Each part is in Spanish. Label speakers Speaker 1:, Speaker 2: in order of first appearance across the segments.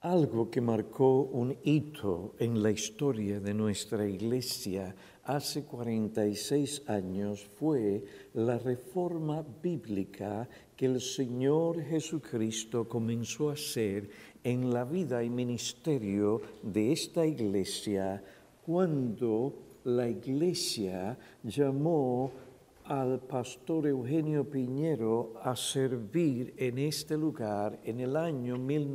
Speaker 1: Algo que marcó un hito en la historia de nuestra iglesia hace 46 años fue la reforma bíblica que el Señor Jesucristo comenzó a hacer en la vida y ministerio de esta iglesia cuando la iglesia llamó al pastor Eugenio Piñero a servir en este lugar en el año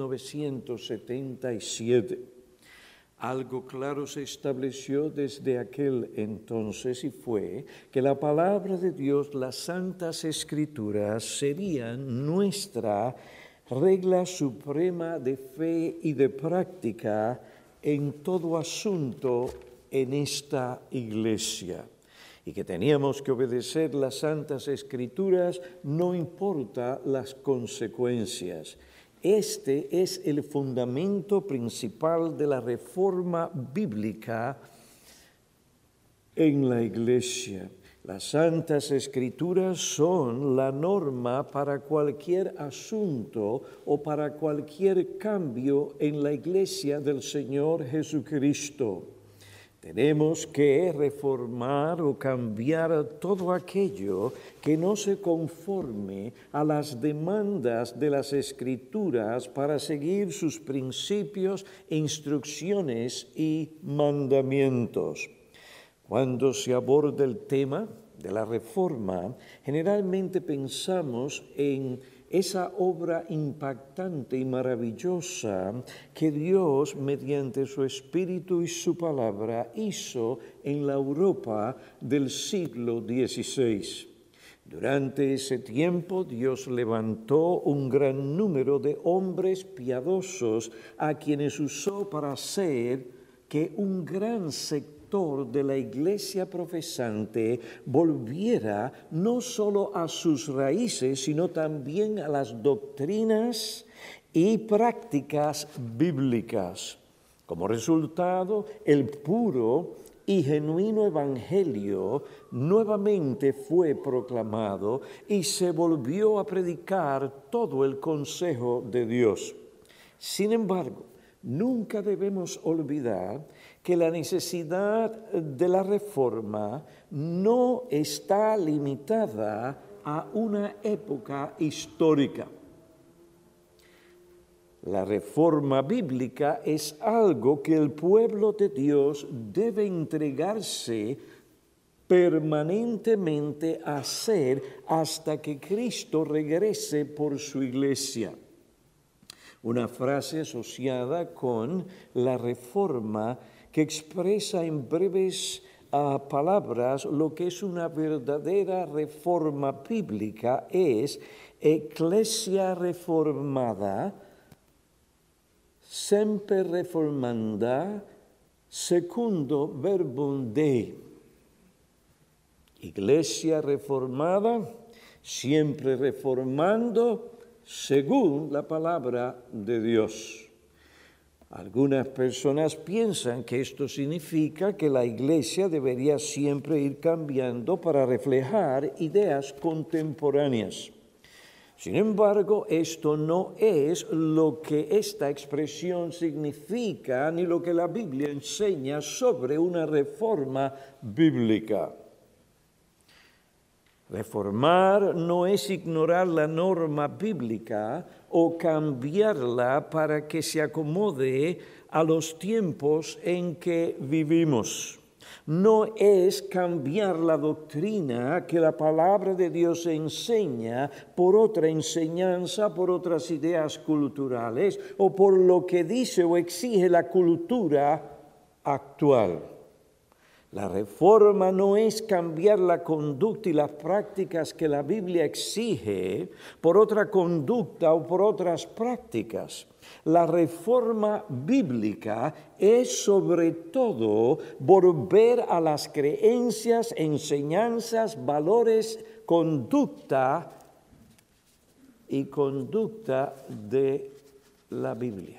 Speaker 1: 1977. Algo claro se estableció desde aquel entonces y fue que la palabra de Dios, las Santas Escrituras, serían nuestra regla suprema de fe y de práctica en todo asunto en esta iglesia. Y que teníamos que obedecer las Santas Escrituras, no importa las consecuencias. Este es el fundamento principal de la reforma bíblica en la Iglesia. Las Santas Escrituras son la norma para cualquier asunto o para cualquier cambio en la Iglesia del Señor Jesucristo. Tenemos que reformar o cambiar todo aquello que no se conforme a las demandas de las Escrituras para seguir sus principios, instrucciones y mandamientos. Cuando se aborda el tema de la reforma, generalmente pensamos en esa obra impactante y maravillosa que Dios, mediante su Espíritu y su palabra, hizo en la Europa del siglo XVI. Durante ese tiempo, Dios levantó un gran número de hombres piadosos a quienes usó para hacer que un gran sector de la iglesia profesante volviera no solo a sus raíces, sino también a las doctrinas y prácticas bíblicas. Como resultado, el puro y genuino evangelio nuevamente fue proclamado y se volvió a predicar todo el consejo de Dios. Sin embargo, nunca debemos olvidar que la necesidad de la reforma no está limitada a una época histórica. La reforma bíblica es algo que el pueblo de Dios debe entregarse permanentemente a hacer hasta que Cristo regrese por su iglesia. Una frase asociada con la reforma que expresa en breves palabras lo que es una verdadera reforma bíblica es Ecclesia reformada, semper reformanda, secundo verbum Dei. Iglesia reformada, siempre reformando, según la palabra de Dios. Algunas personas piensan que esto significa que la iglesia debería siempre ir cambiando para reflejar ideas contemporáneas. Sin embargo, esto no es lo que esta expresión significa ni lo que la Biblia enseña sobre una reforma bíblica. Reformar no es ignorar la norma bíblica o cambiarla para que se acomode a los tiempos en que vivimos. No es cambiar la doctrina que la palabra de Dios enseña por otra enseñanza, por otras ideas culturales o por lo que dice o exige la cultura actual. La reforma no es cambiar la conducta y las prácticas que la Biblia exige por otra conducta o por otras prácticas. La reforma bíblica es sobre todo volver a las creencias, enseñanzas, valores, conducta de la Biblia.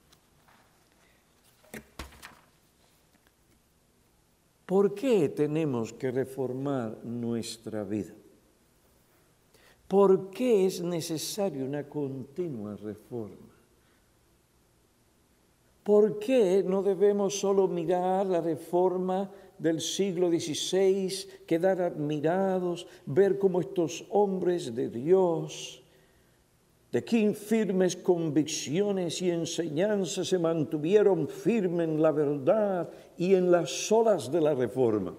Speaker 1: ¿Por qué tenemos que reformar nuestra vida? ¿Por qué es necesaria una continua reforma? ¿Por qué no debemos solo mirar la reforma del siglo XVI, quedar admirados, ver cómo estos hombres de Dios, de qué firmes convicciones y enseñanzas se mantuvieron firmes en la verdad y en las olas de la reforma?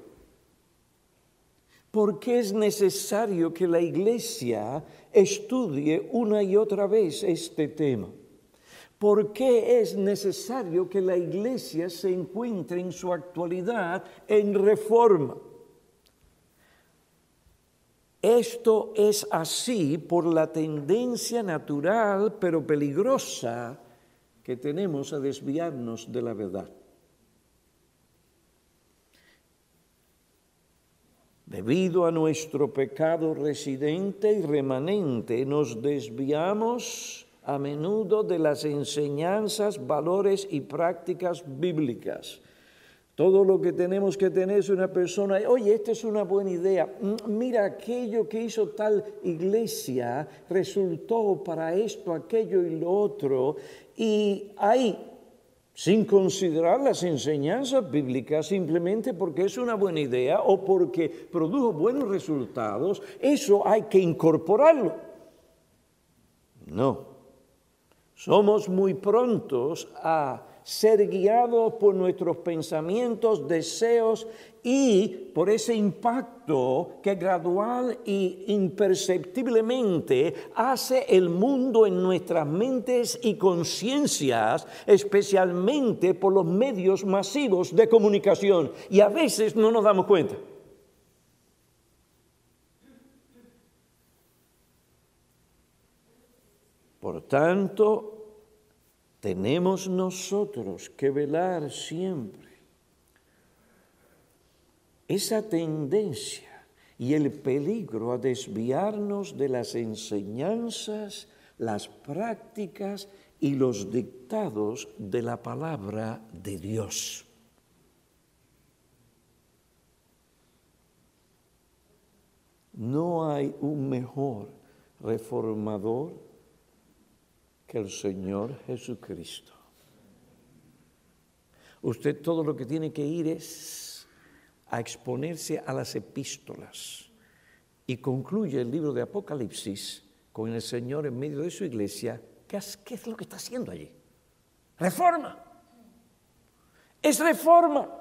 Speaker 1: ¿Por qué es necesario que la Iglesia estudie una y otra vez este tema? ¿Por qué es necesario que la Iglesia se encuentre en su actualidad en reforma? Esto es así por la tendencia natural, pero peligrosa, que tenemos a desviarnos de la verdad. Debido a nuestro pecado residente y remanente, nos desviamos a menudo de las enseñanzas, valores y prácticas bíblicas. Todo lo que tenemos que tener es una persona, oye, esta es una buena idea, mira aquello que hizo tal iglesia, resultó para esto, aquello y lo otro, y ahí, sin considerar las enseñanzas bíblicas, simplemente porque es una buena idea o porque produjo buenos resultados, eso hay que incorporarlo. No. Somos muy prontos a ser guiados por nuestros pensamientos, deseos y por ese impacto que gradual e imperceptiblemente hace el mundo en nuestras mentes y conciencias, especialmente por los medios masivos de comunicación. Y a veces no nos damos cuenta. Por tanto, tenemos nosotros que velar siempre esa tendencia y el peligro a desviarnos de las enseñanzas, las prácticas y los dictados de la palabra de Dios. No hay un mejor reformador que el Señor Jesucristo. Usted todo lo que tiene que ir es a exponerse a las epístolas y concluye el libro de Apocalipsis con el Señor en medio de su iglesia. ¿Qué es lo que está haciendo allí? Reforma. Es reforma.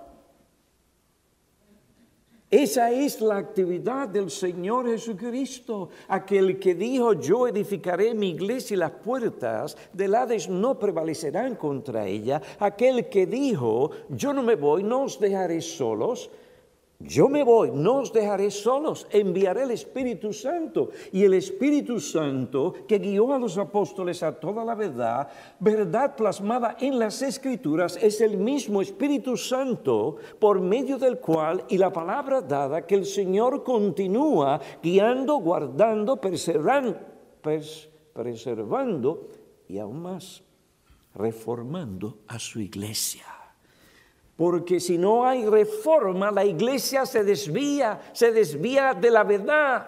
Speaker 1: Esa es la actividad del Señor Jesucristo, aquel que dijo, yo edificaré mi iglesia y las puertas del Hades no prevalecerán contra ella, aquel que dijo, yo no me voy, no os dejaré solos, yo me voy, no os dejaré solos, enviaré el Espíritu Santo. Y el Espíritu Santo que guió a los apóstoles a toda la verdad, verdad plasmada en las Escrituras, es el mismo Espíritu Santo por medio del cual, y la palabra dada, que el Señor continúa guiando, guardando, preservando y aún más, reformando a su iglesia. Porque si no hay reforma, la iglesia se desvía de la verdad.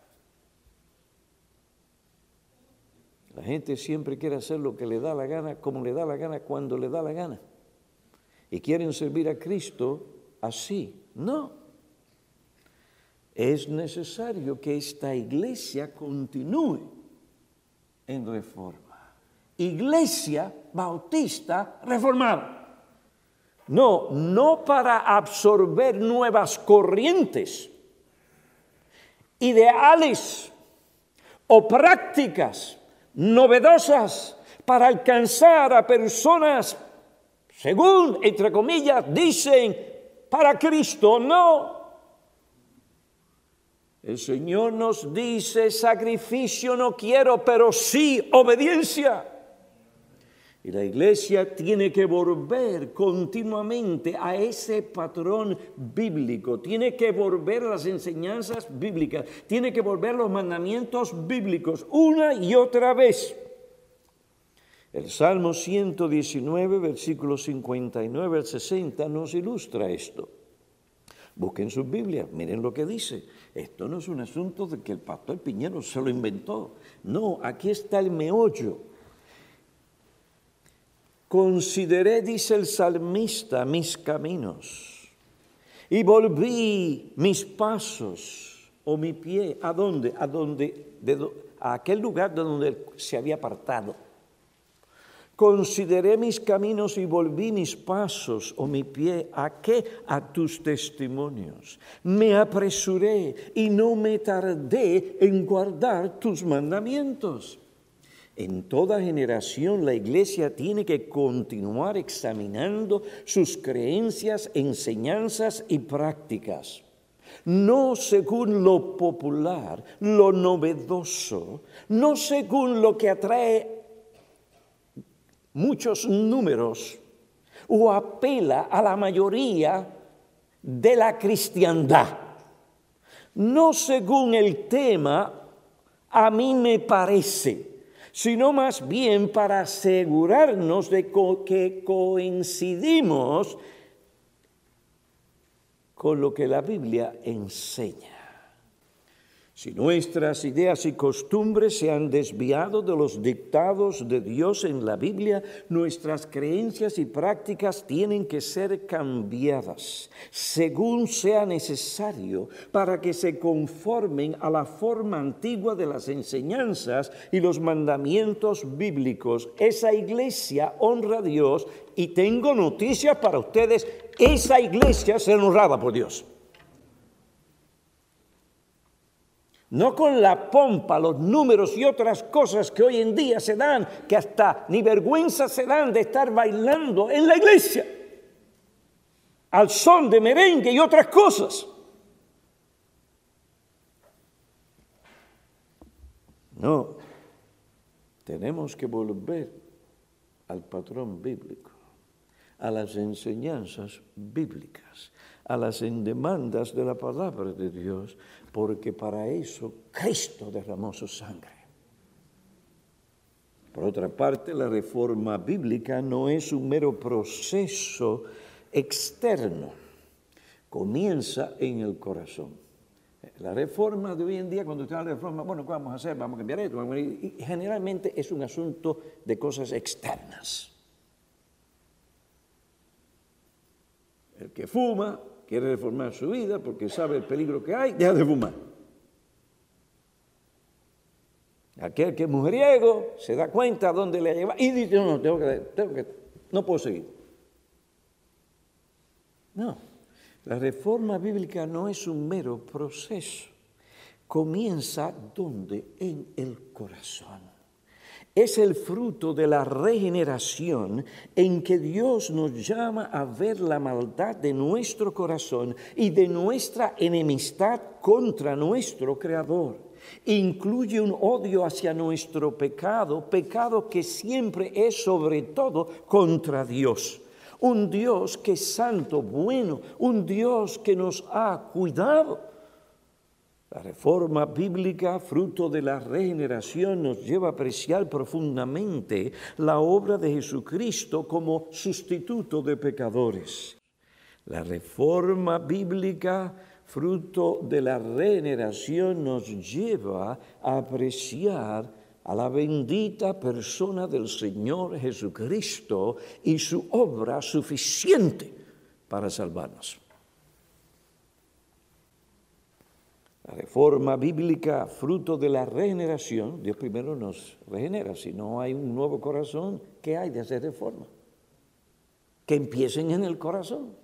Speaker 1: La gente siempre quiere hacer lo que le da la gana, como le da la gana, cuando le da la gana. Y quieren servir a Cristo así. No. Es necesario que esta iglesia continúe en reforma. Iglesia Bautista Reformada. No para absorber nuevas corrientes, ideales o prácticas novedosas para alcanzar a personas, según, entre comillas, dicen, para Cristo. No. El Señor nos dice, sacrificio no quiero, pero sí obediencia. Y la iglesia tiene que volver continuamente a ese patrón bíblico, tiene que volver a las enseñanzas bíblicas, tiene que volver a los mandamientos bíblicos una y otra vez. El Salmo 119, versículos 59 al 60 nos ilustra esto. Busquen sus Biblias, miren lo que dice. Esto no es un asunto de que el pastor Piñero se lo inventó. No, aquí está el meollo. Consideré, dice el salmista, mis caminos y volví mis pasos o mi pie. ¿A dónde? A aquel lugar de donde se había apartado. Consideré mis caminos y volví mis pasos o mi pie. ¿A qué? A tus testimonios. Me apresuré y no me tardé en guardar tus mandamientos. En toda generación la Iglesia tiene que continuar examinando sus creencias, enseñanzas y prácticas. No según lo popular, lo novedoso, no según lo que atrae muchos números o apela a la mayoría de la cristiandad. No según el tema, a mí me parece, sino más bien para asegurarnos de que coincidimos con lo que la Biblia enseña. Si nuestras ideas y costumbres se han desviado de los dictados de Dios en la Biblia, nuestras creencias y prácticas tienen que ser cambiadas según sea necesario para que se conformen a la forma antigua de las enseñanzas y los mandamientos bíblicos. Esa iglesia honra a Dios y tengo noticias para ustedes, esa iglesia será honrada por Dios. No con la pompa, los números y otras cosas que hoy en día se dan, que hasta ni vergüenza se dan de estar bailando en la iglesia, al son de merengue y otras cosas. No, tenemos que volver al patrón bíblico, a las enseñanzas bíblicas, a las demandas de la palabra de Dios, porque para eso Cristo derramó su sangre. Por otra parte, la reforma bíblica no es un mero proceso externo, comienza en el corazón. La reforma de hoy en día, cuando usted habla de reforma, bueno, ¿qué vamos a hacer? Vamos a cambiar esto. Y generalmente es un asunto de cosas externas. El que fuma quiere reformar su vida porque sabe el peligro que hay, deja de fumar. Aquel que es mujeriego se da cuenta a dónde le lleva y dice, no puedo seguir. No, la reforma bíblica no es un mero proceso. Comienza ¿dónde? En el corazón. Es el fruto de la regeneración en que Dios nos llama a ver la maldad de nuestro corazón y de nuestra enemistad contra nuestro Creador. Incluye un odio hacia nuestro pecado, pecado que siempre es sobre todo contra Dios. Un Dios que es santo, bueno, un Dios que nos ha cuidado. La reforma bíblica, fruto de la regeneración, nos lleva a apreciar profundamente la obra de Jesucristo como sustituto de pecadores. La reforma bíblica, fruto de la regeneración, nos lleva a apreciar a la bendita persona del Señor Jesucristo y su obra suficiente para salvarnos. La reforma bíblica, fruto de la regeneración, Dios primero nos regenera. Si no hay un nuevo corazón, ¿qué hay de hacer reforma? Que empiecen en el corazón.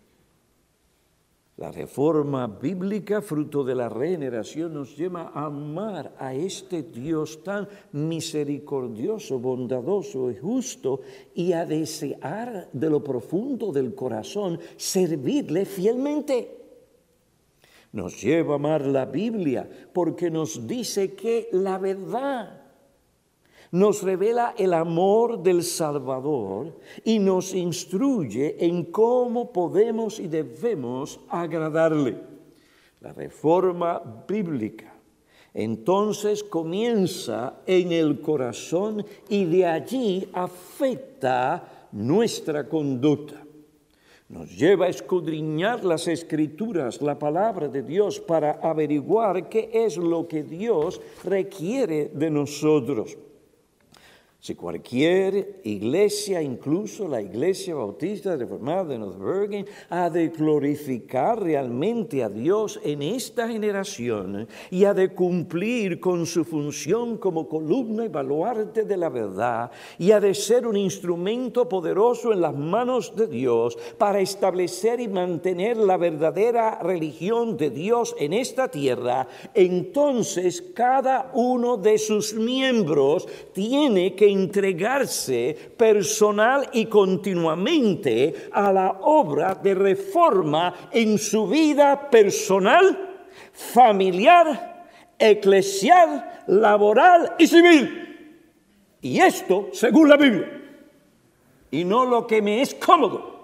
Speaker 1: La reforma bíblica, fruto de la regeneración, nos lleva a amar a este Dios tan misericordioso, bondadoso y justo y a desear de lo profundo del corazón servirle fielmente. Nos lleva a amar la Biblia porque nos dice que la verdad nos revela el amor del Salvador y nos instruye en cómo podemos y debemos agradarle. La reforma bíblica entonces comienza en el corazón y de allí afecta nuestra conducta. Nos lleva a escudriñar las Escrituras, la palabra de Dios, para averiguar qué es lo que Dios requiere de nosotros. Si cualquier iglesia, incluso la Iglesia Bautista Reformada de North Bergen, ha de glorificar realmente a Dios en esta generación y ha de cumplir con su función como columna y baluarte de la verdad y ha de ser un instrumento poderoso en las manos de Dios para establecer y mantener la verdadera religión de Dios en esta tierra, entonces cada uno de sus miembros tiene que entregarse personal y continuamente a la obra de reforma en su vida personal, familiar, eclesial, laboral y civil. Y esto según la Biblia, y no lo que me es cómodo.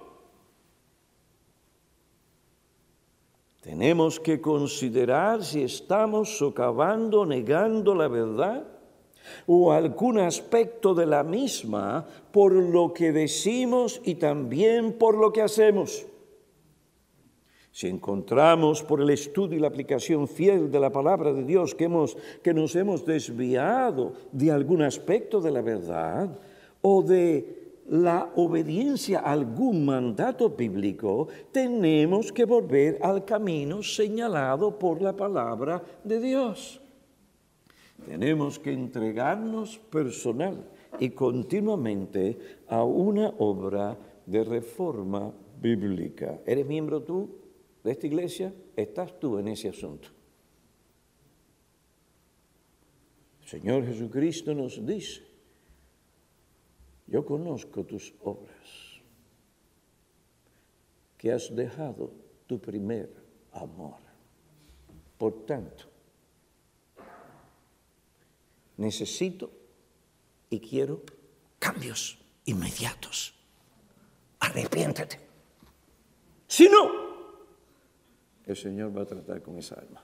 Speaker 1: Tenemos que considerar si estamos socavando, negando la verdad o algún aspecto de la misma por lo que decimos y también por lo que hacemos. Si encontramos por el estudio y la aplicación fiel de la palabra de Dios que nos hemos desviado de algún aspecto de la verdad o de la obediencia a algún mandato bíblico, tenemos que volver al camino señalado por la palabra de Dios. Tenemos que entregarnos personal y continuamente a una obra de reforma bíblica. ¿Eres miembro tú de esta iglesia? ¿Estás tú en ese asunto? El Señor Jesucristo nos dice: yo conozco tus obras, que has dejado tu primer amor. Por tanto, necesito y quiero cambios inmediatos. Arrepiéntete. Si no, el Señor va a tratar con esa alma.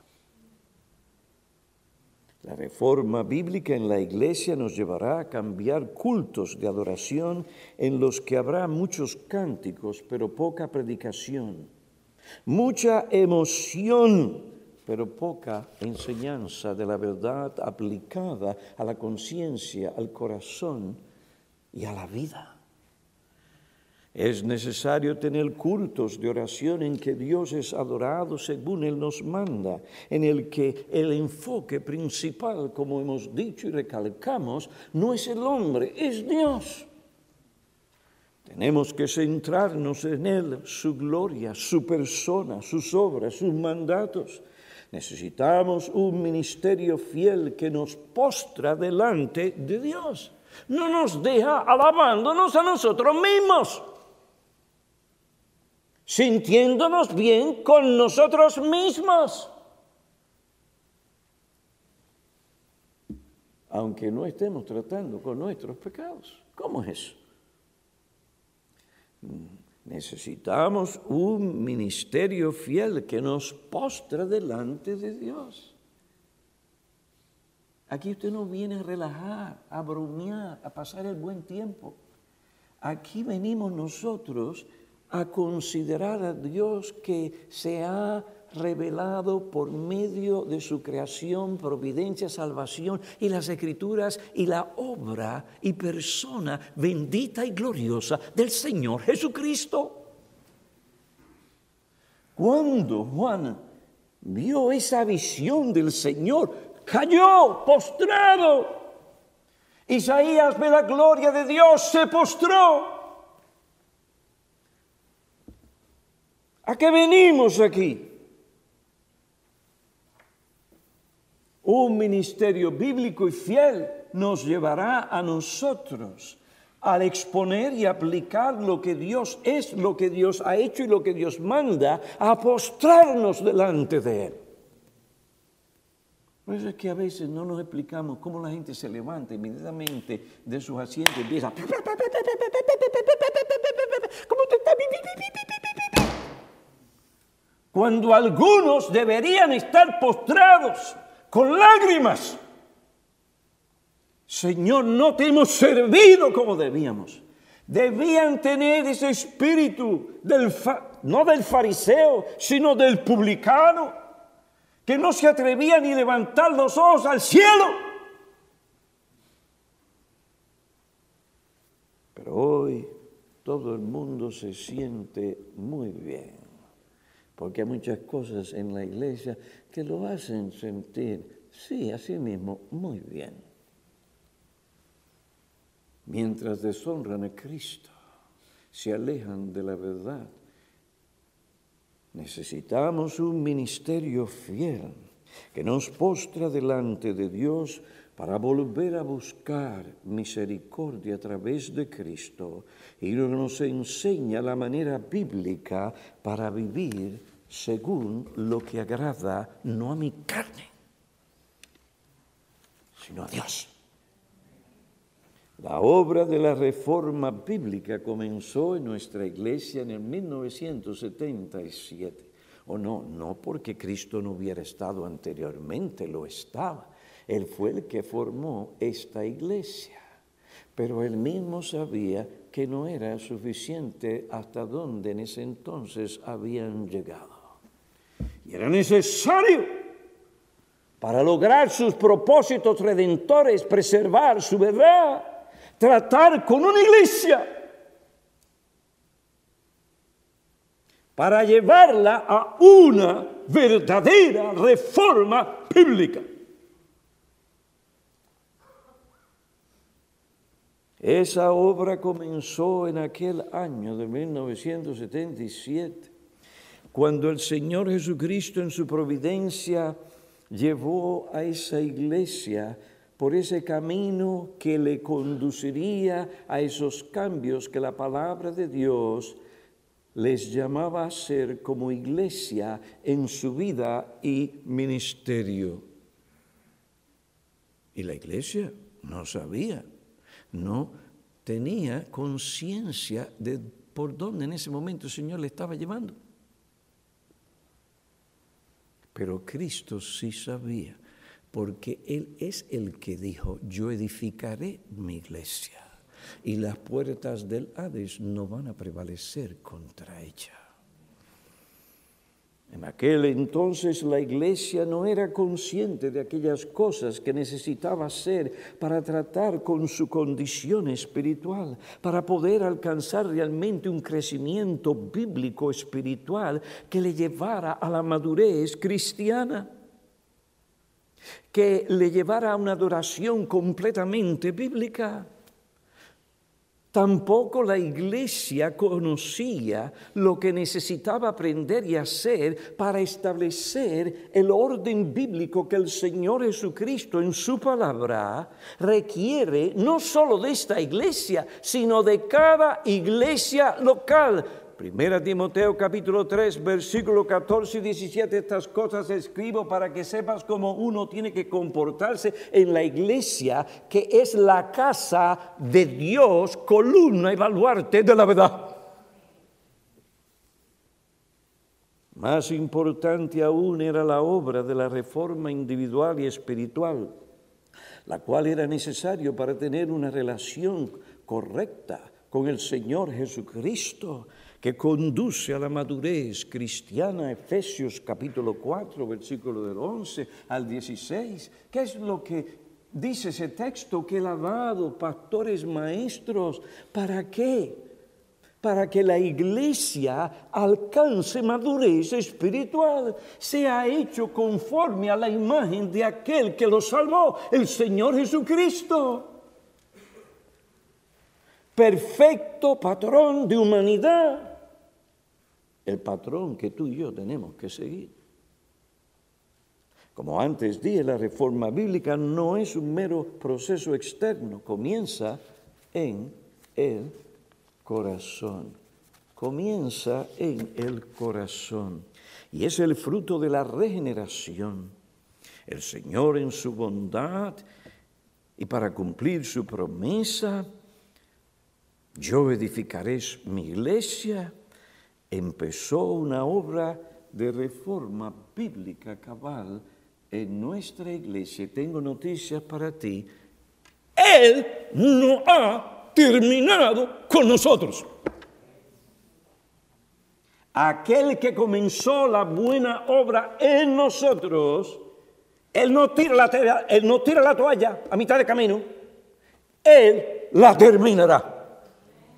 Speaker 1: La reforma bíblica en la iglesia nos llevará a cambiar cultos de adoración en los que habrá muchos cánticos, pero poca predicación, mucha emoción, pero poca enseñanza de la verdad aplicada a la conciencia, al corazón y a la vida. Es necesario tener cultos de oración en que Dios es adorado según Él nos manda, en el que el enfoque principal, como hemos dicho y recalcamos, no es el hombre, es Dios. Tenemos que centrarnos en Él, su gloria, su persona, sus obras, sus mandatos. Necesitamos un ministerio fiel que nos postra delante de Dios. No nos deja alabándonos a nosotros mismos, sintiéndonos bien con nosotros mismos, aunque no estemos tratando con nuestros pecados. ¿Cómo es eso? Necesitamos un ministerio fiel que nos postra delante de Dios. Aquí usted no viene a relajar, a bromear, a pasar el buen tiempo. Aquí venimos nosotros a considerar a Dios que se ha revelado por medio de su creación, providencia, salvación y las Escrituras y la obra y persona bendita y gloriosa del Señor Jesucristo. Cuando Juan vio esa visión del Señor, cayó postrado. Isaías ve la gloria de Dios, se postró. ¿A qué venimos aquí? Un ministerio bíblico y fiel nos llevará a nosotros al exponer y aplicar lo que Dios es, lo que Dios ha hecho y lo que Dios manda, a postrarnos delante de Él. Por eso es que a veces no nos explicamos cómo la gente se levanta inmediatamente de sus asientos y empieza. ¿Cómo te está? Cuando algunos deberían estar postrados con lágrimas. Señor, no te hemos servido como debíamos. Debían tener ese espíritu no del fariseo, sino del publicano, que no se atrevía ni levantar los ojos al cielo. hoy todo el mundo se siente muy bien, porque hay muchas cosas en la iglesia que lo hacen sentir, sí, así mismo, muy bien. Mientras deshonran a Cristo, se alejan de la verdad. Necesitamos un ministerio fiel que nos postra delante de Dios para volver a buscar misericordia a través de Cristo y nos enseña la manera bíblica para vivir según lo que agrada no a mi carne, sino a Dios. La obra de la reforma bíblica comenzó en nuestra iglesia en el 1977. O no porque Cristo no hubiera estado anteriormente, lo estaba. Él fue el que formó esta iglesia. Pero él mismo sabía que no era suficiente hasta donde en ese entonces habían llegado. Y era necesario, para lograr sus propósitos redentores, preservar su verdad, tratar con una iglesia para llevarla a una verdadera reforma bíblica. Esa obra comenzó en aquel año de 1977, cuando el Señor Jesucristo en su providencia llevó a esa iglesia por ese camino que le conduciría a esos cambios que la palabra de Dios les llamaba a hacer como iglesia en su vida y ministerio. Y la iglesia no sabía, no tenía conciencia de por dónde en ese momento el Señor le estaba llevando. Pero Cristo sí sabía, porque Él es el que dijo, yo edificaré mi iglesia y las puertas del Hades no van a prevalecer contra ella. En aquel entonces la iglesia no era consciente de aquellas cosas que necesitaba hacer para tratar con su condición espiritual, para poder alcanzar realmente un crecimiento bíblico espiritual que le llevara a la madurez cristiana, que le llevara a una adoración completamente bíblica. Tampoco la iglesia conocía lo que necesitaba aprender y hacer para establecer el orden bíblico que el Señor Jesucristo en su palabra requiere no solo de esta iglesia, sino de cada iglesia local. Primera Timoteo capítulo 3, versículo 14 y 17, estas cosas escribo para que sepas cómo uno tiene que comportarse en la iglesia, que es la casa de Dios, columna y baluarte de la verdad. Más importante aún era la obra de la reforma individual y espiritual, la cual era necesario para tener una relación correcta con el Señor Jesucristo, que conduce a la madurez cristiana. Efesios capítulo 4, versículo del 11 al 16. ¿Qué es lo que dice ese texto? Que él ha dado pastores maestros. ¿Para qué? Para que la iglesia alcance madurez espiritual, sea hecho conforme a la imagen de aquel que lo salvó, el Señor Jesucristo. Perfecto patrón de humanidad, el patrón que tú y yo tenemos que seguir. Como antes dije, la reforma bíblica no es un mero proceso externo, comienza en el corazón. Comienza en el corazón y es el fruto de la regeneración. El Señor en su bondad y para cumplir su promesa, yo edificaré mi iglesia, empezó una obra de reforma bíblica cabal en nuestra iglesia. Tengo noticias para ti. Él no ha terminado con nosotros. Aquel que comenzó la buena obra en nosotros, Él no tira la toalla a mitad de camino. Él la terminará.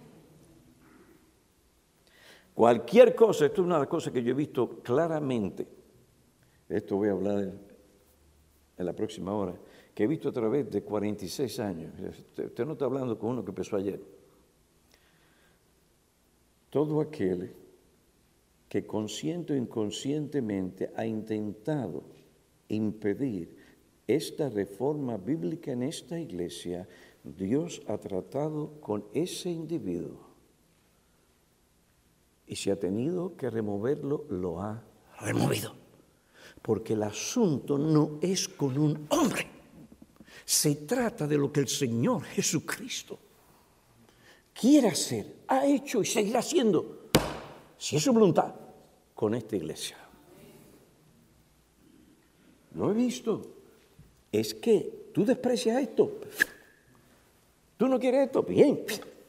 Speaker 1: Cualquier cosa, esto es una de las cosas que yo he visto claramente, esto voy a hablar en la próxima hora, que he visto a través de 46 años. Usted no está hablando con uno que empezó ayer. Todo aquel que consciente o inconscientemente ha intentado impedir esta reforma bíblica en esta iglesia, Dios ha tratado con ese individuo. Y si ha tenido que removerlo, lo ha removido. Porque el asunto no es con un hombre. Se trata de lo que el Señor Jesucristo quiere hacer, ha hecho y seguirá haciendo, si es su voluntad, con esta iglesia. Lo he visto. Es que tú desprecias esto. Tú no quieres esto. Bien.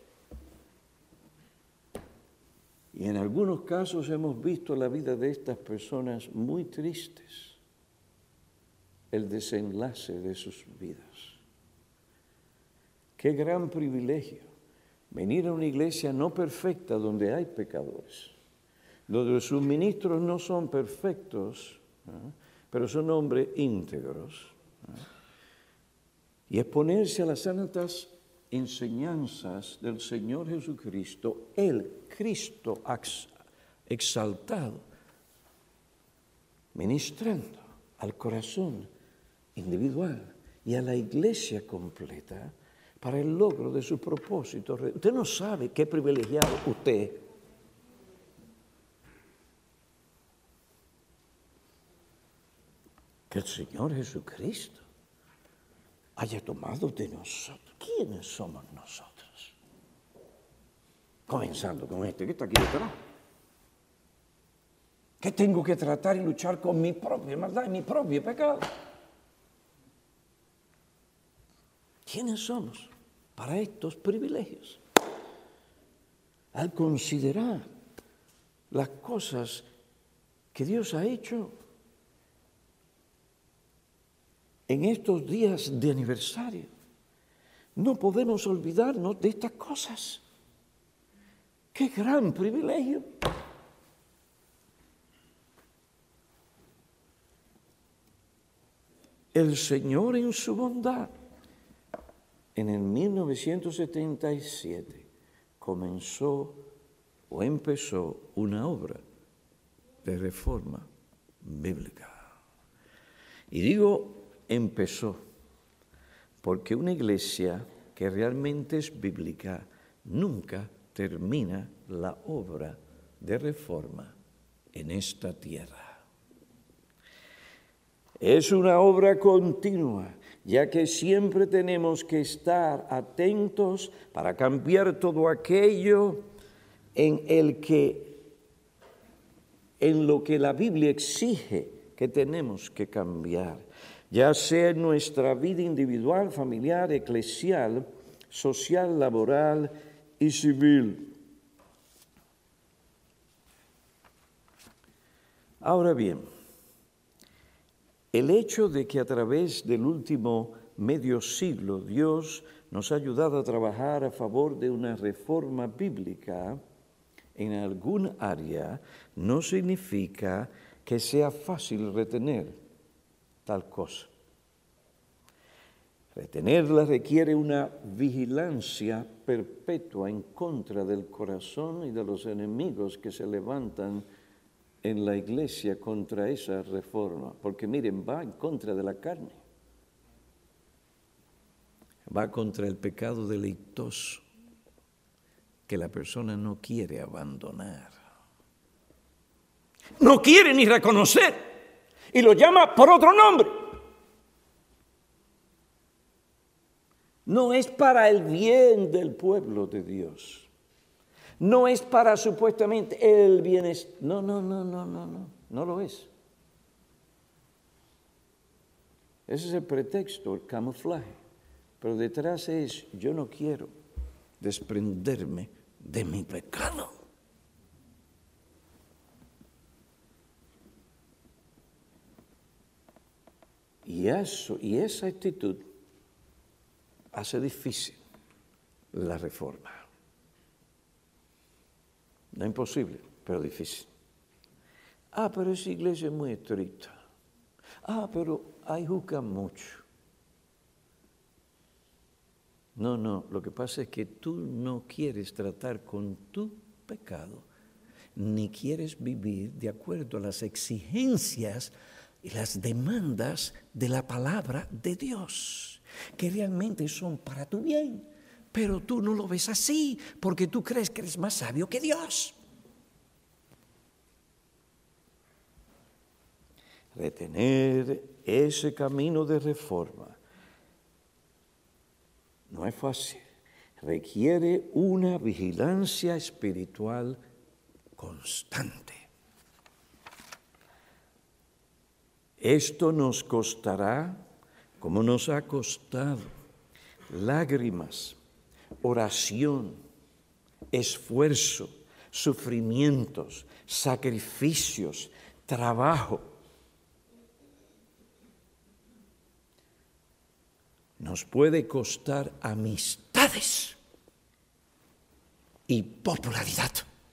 Speaker 1: Y en algunos casos hemos visto la vida de estas personas muy tristes, el desenlace de sus vidas. Qué gran privilegio venir a una iglesia no perfecta donde hay pecadores, donde sus ministros no son perfectos, pero son hombres íntegros, y exponerse a las santas enseñanzas del Señor Jesucristo, el Cristo exaltado, ministrando al corazón individual y a la iglesia completa para el logro de su propósito. Usted no sabe qué privilegiado usted es. Que el Señor Jesucristo haya tomado de nosotros. ¿Quiénes somos nosotros? Comenzando con este que está aquí detrás. Que tengo que tratar y luchar con mi propia maldad y mi propio pecado. ¿Quiénes somos para estos privilegios? Al considerar las cosas que Dios ha hecho en estos días de aniversario, no podemos olvidarnos de estas cosas. ¡Qué gran privilegio! El Señor en su bondad, en el 1977, empezó una obra de reforma bíblica. Y digo empezó, porque una iglesia que realmente es bíblica nunca termina la obra de reforma en esta tierra. Es una obra continua, ya que siempre tenemos que estar atentos para cambiar todo aquello en lo que la Biblia exige que tenemos que cambiar, ya sea en nuestra vida individual, familiar, eclesial, social, laboral y civil. Ahora bien, el hecho de que a través del último medio siglo Dios nos ha ayudado a trabajar a favor de una reforma bíblica en algún área no significa que sea fácil retener tal cosa. Retenerla requiere una vigilancia perpetua en contra del corazón y de los enemigos que se levantan en la iglesia contra esa reforma, porque miren, va en contra de la carne, va contra el pecado deleitoso que la persona no quiere abandonar, no quiere ni reconocer y lo llama por otro nombre. No es para el bien del pueblo de Dios. No es para supuestamente el bienestar. No lo es. Ese es el pretexto, el camuflaje. Pero detrás es, yo no quiero desprenderme de mi pecado. Y esa actitud hace difícil la reforma. No es imposible, pero difícil. Pero esa iglesia es muy estricta. Pero ahí juzgan mucho. No, lo que pasa es que tú no quieres tratar con tu pecado, ni quieres vivir de acuerdo a las exigencias y las demandas de la palabra de Dios, que realmente son para tu bien, pero tú no lo ves así, porque tú crees que eres más sabio que Dios. Retener ese camino de reforma no es fácil, requiere una vigilancia espiritual constante. Esto nos costará, como nos ha costado, lágrimas, oración, esfuerzo, sufrimientos, sacrificios, trabajo. Nos puede costar amistades y popularidad.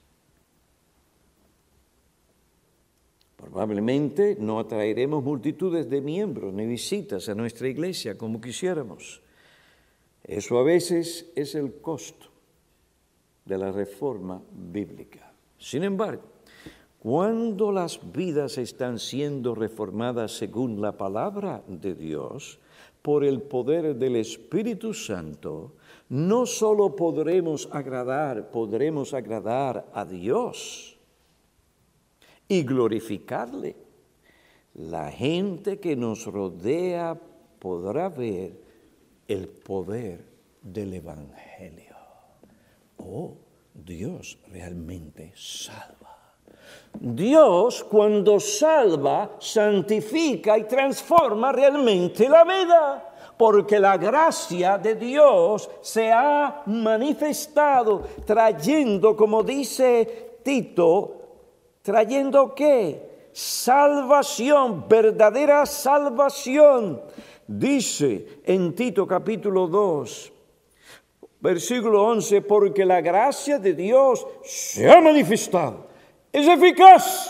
Speaker 1: Probablemente no atraeremos multitudes de miembros ni visitas a nuestra iglesia como quisiéramos. Eso a veces es el costo de la reforma bíblica. Sin embargo, cuando las vidas están siendo reformadas según la palabra de Dios, por el poder del Espíritu Santo, no solo podremos agradar a Dios y glorificarle. La gente que nos rodea podrá ver el poder del Evangelio. Dios realmente salva. Dios, cuando salva, santifica y transforma realmente la vida, porque la gracia de Dios se ha manifestado trayendo, como dice Tito, ¿trayendo qué? Salvación, verdadera salvación. Dice en Tito capítulo 2, versículo 11, porque la gracia de Dios se ha manifestado. Es eficaz,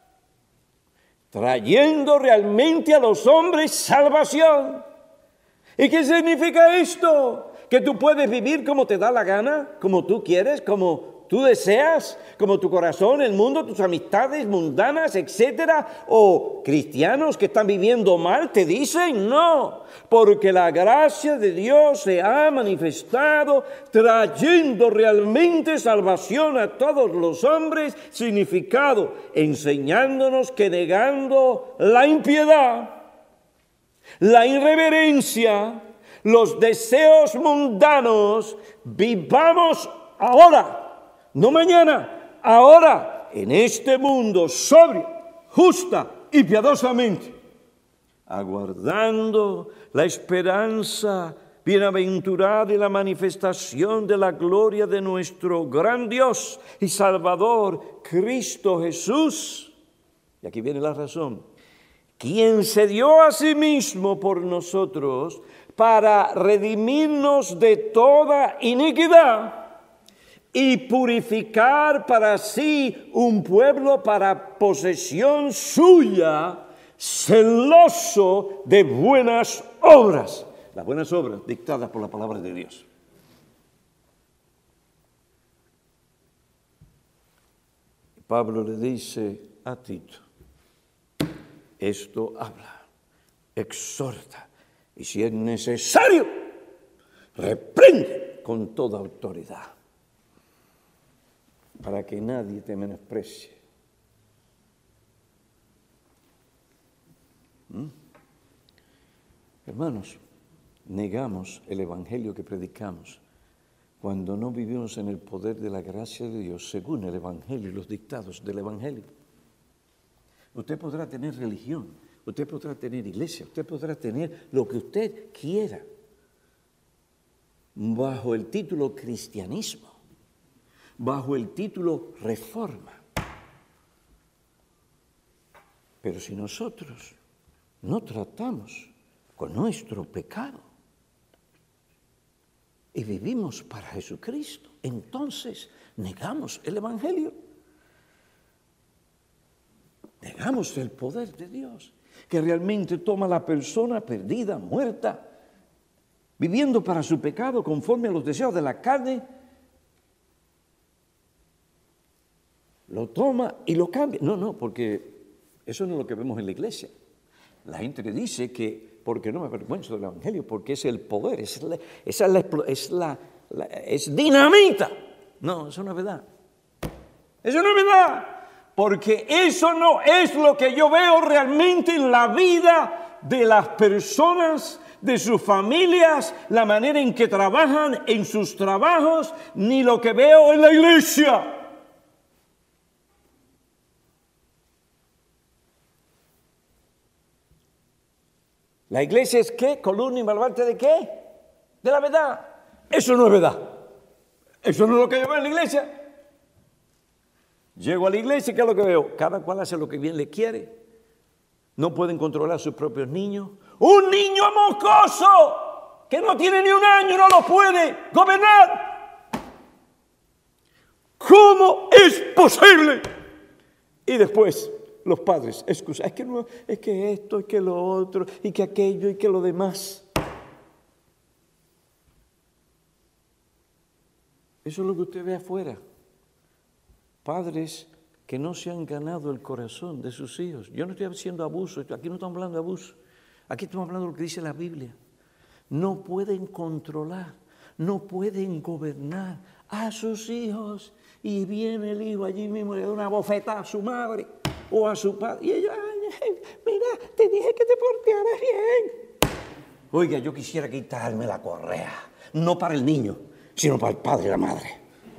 Speaker 1: trayendo realmente a los hombres salvación. ¿Y qué significa esto? Que tú puedes vivir como te da la gana, como tú quieres, como tú deseas, como tu corazón, el mundo, tus amistades mundanas, etcétera, o cristianos que están viviendo mal te dicen no, porque la gracia de Dios se ha manifestado trayendo realmente salvación a todos los hombres, significado, enseñándonos que negando la impiedad, la irreverencia, los deseos mundanos, vivamos ahora. No mañana, ahora, en este mundo sobrio, justa y piadosamente, aguardando la esperanza bienaventurada y la manifestación de la gloria de nuestro gran Dios y Salvador, Cristo Jesús. Y aquí viene la razón. Quien se dio a sí mismo por nosotros para redimirnos de toda iniquidad y purificar para sí un pueblo para posesión suya, celoso de buenas obras. Las buenas obras dictadas por la palabra de Dios. Pablo le dice a Tito, esto habla, exhorta, y si es necesario, reprende con toda autoridad, para que nadie te menosprecie. Hermanos, negamos el evangelio que predicamos cuando no vivimos en el poder de la gracia de Dios según el evangelio y los dictados del evangelio. Usted podrá tener religión, usted podrá tener iglesia, usted podrá tener lo que usted quiera bajo el título cristianismo, bajo el título reforma. Pero si nosotros no tratamos con nuestro pecado y vivimos para Jesucristo, entonces negamos el evangelio. Negamos el poder de Dios, que realmente toma a la persona perdida, muerta, viviendo para su pecado conforme a los deseos de la carne, lo toma y lo cambia. No, porque eso no es lo que vemos en la iglesia. La gente le dice que, porque no me avergüenzo del Evangelio, porque es el poder, es dinamita. No, eso no es verdad. Eso no es verdad, porque eso no es lo que yo veo realmente en la vida de las personas, de sus familias, la manera en que trabajan en sus trabajos, ni lo que veo en la iglesia. ¿La iglesia es qué? ¿Columna y baluarte de qué? De la verdad. Eso no es verdad. Eso no es lo que yo veo en la iglesia. Llego a la iglesia y ¿qué es lo que veo? Cada cual hace lo que bien le quiere. No pueden controlar a sus propios niños. Un niño mocoso que no tiene ni un año no lo puede gobernar. ¿Cómo es posible? Y después los padres, excusa, es que no, es que esto, es que lo otro, y que aquello, y que lo demás. Eso es lo que usted ve afuera. Padres que no se han ganado el corazón de sus hijos. Yo no estoy haciendo abuso, aquí no estamos hablando de abuso. Aquí estamos hablando de lo que dice la Biblia. No pueden controlar, no pueden gobernar a sus hijos. Y viene el hijo allí mismo y le da una bofetada a su madre o a su padre. Y ellos, ay, mira, te dije que te portaras bien. Oiga, yo quisiera quitarme la correa, no para el niño, sino para el padre y la madre.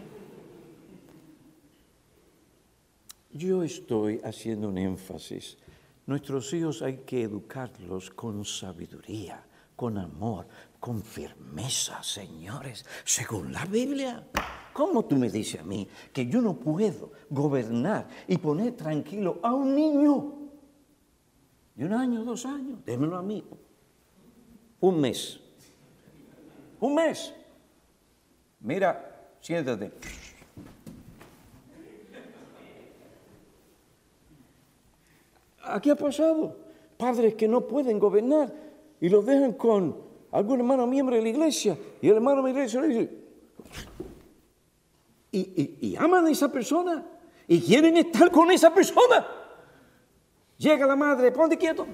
Speaker 1: Yo estoy haciendo un énfasis. Nuestros hijos hay que educarlos con sabiduría, con amor, con firmeza, señores, según la Biblia. ¿Cómo tú me dices a mí que yo no puedo gobernar y poner tranquilo a un niño de 1 año, 2 años? Démelo a mí. Un mes. Un mes. Mira, siéntate. Aquí ha pasado. Padres que no pueden gobernar y los dejan con algún hermano miembro de la iglesia. Y el hermano de la iglesia le dice... Y aman a esa persona y quieren estar con esa persona. Llega la madre, ponte quieto.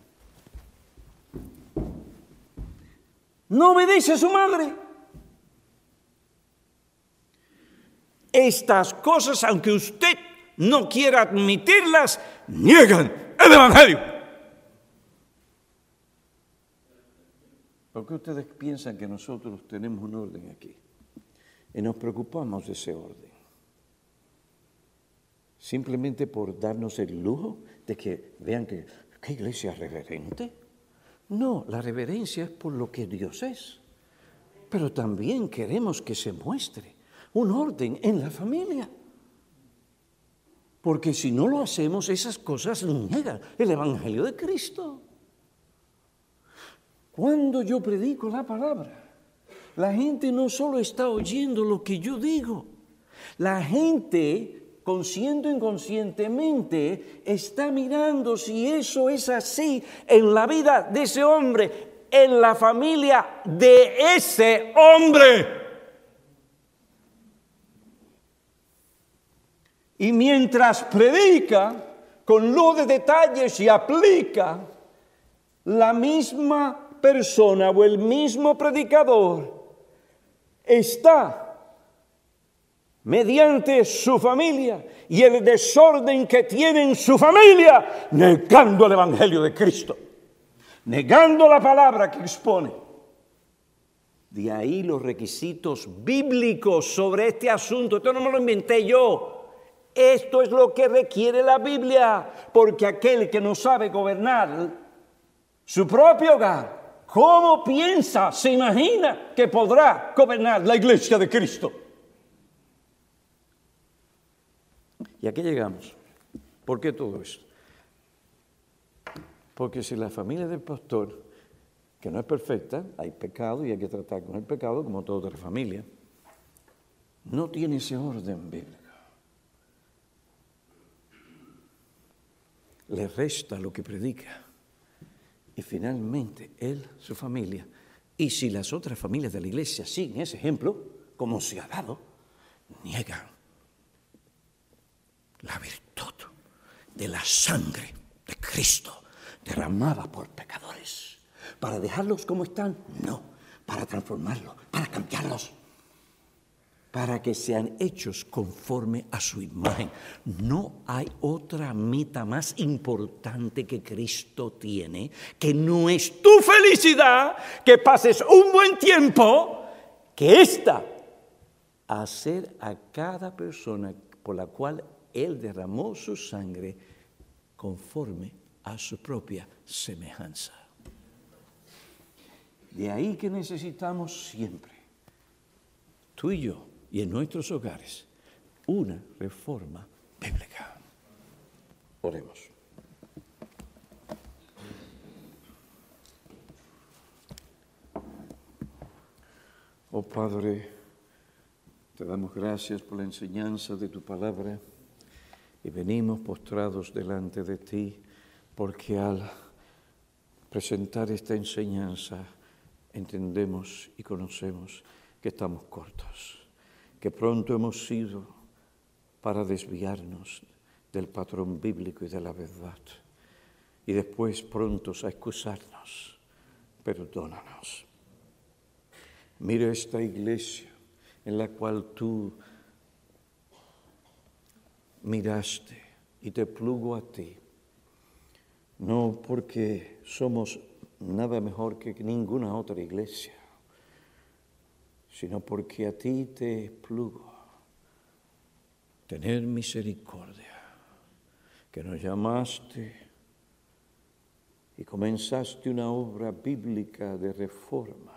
Speaker 1: No obedece a su madre. Estas cosas, aunque usted no quiera admitirlas, niegan el Evangelio. ¿Por qué ustedes piensan que nosotros tenemos un orden aquí? Y nos preocupamos de ese orden. Simplemente por darnos el lujo de que vean que ¿qué iglesia reverente? No, la reverencia es por lo que Dios es. Pero también queremos que se muestre un orden en la familia. Porque si no lo hacemos, esas cosas niegan el Evangelio de Cristo. Cuando yo predico la palabra, la gente no solo está oyendo lo que yo digo, la gente, consciente o inconscientemente, está mirando si eso es así en la vida de ese hombre, en la familia de ese hombre. Y mientras predica con luz de detalles y aplica, la misma persona o el mismo predicador está mediante su familia y el desorden que tiene en su familia, negando el Evangelio de Cristo, negando la palabra que expone. De ahí los requisitos bíblicos sobre este asunto. Esto no me lo inventé yo. Esto es lo que requiere la Biblia, porque aquel que no sabe gobernar su propio hogar, ¿cómo piensa, se imagina que podrá gobernar la iglesia de Cristo? Y aquí llegamos. ¿Por qué todo esto? Porque si la familia del pastor, que no es perfecta, hay pecado y hay que tratar con el pecado como toda otra familia, no tiene ese orden bíblico. le resta lo que predica. Y finalmente, él, su familia, y si las otras familias de la iglesia siguen ese ejemplo, como se ha dado, niegan la virtud de la sangre de Cristo derramada por pecadores. ¿Para dejarlos como están? No, para transformarlos, para cambiarlos, para que sean hechos conforme a su imagen. No hay otra meta más importante que Cristo tiene, que no es tu felicidad, que pases un buen tiempo, que esta, hacer a cada persona por la cual Él derramó su sangre conforme a su propia semejanza. De ahí que necesitamos siempre, tú y yo, y en nuestros hogares, una reforma bíblica. Oremos. Oh Padre, te damos gracias por la enseñanza de tu palabra y venimos postrados delante de ti porque al presentar esta enseñanza entendemos y conocemos que estamos cortos, que pronto hemos sido para desviarnos del patrón bíblico y de la verdad, y después prontos a excusarnos. Perdónanos. Mira esta iglesia en la cual tú miraste y te plugo a ti, no porque somos nada mejor que ninguna otra iglesia, sino porque a ti te plugo tener misericordia, que nos llamaste y comenzaste una obra bíblica de reforma,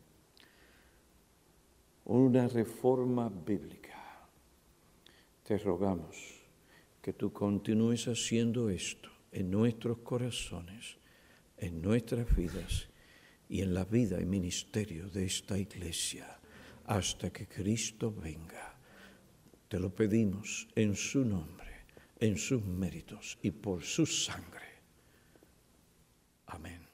Speaker 1: una reforma bíblica. Te rogamos que tú continúes haciendo esto en nuestros corazones, en nuestras vidas y en la vida y ministerio de esta iglesia hasta que Cristo venga. Te lo pedimos en su nombre, en sus méritos y por su sangre. Amén.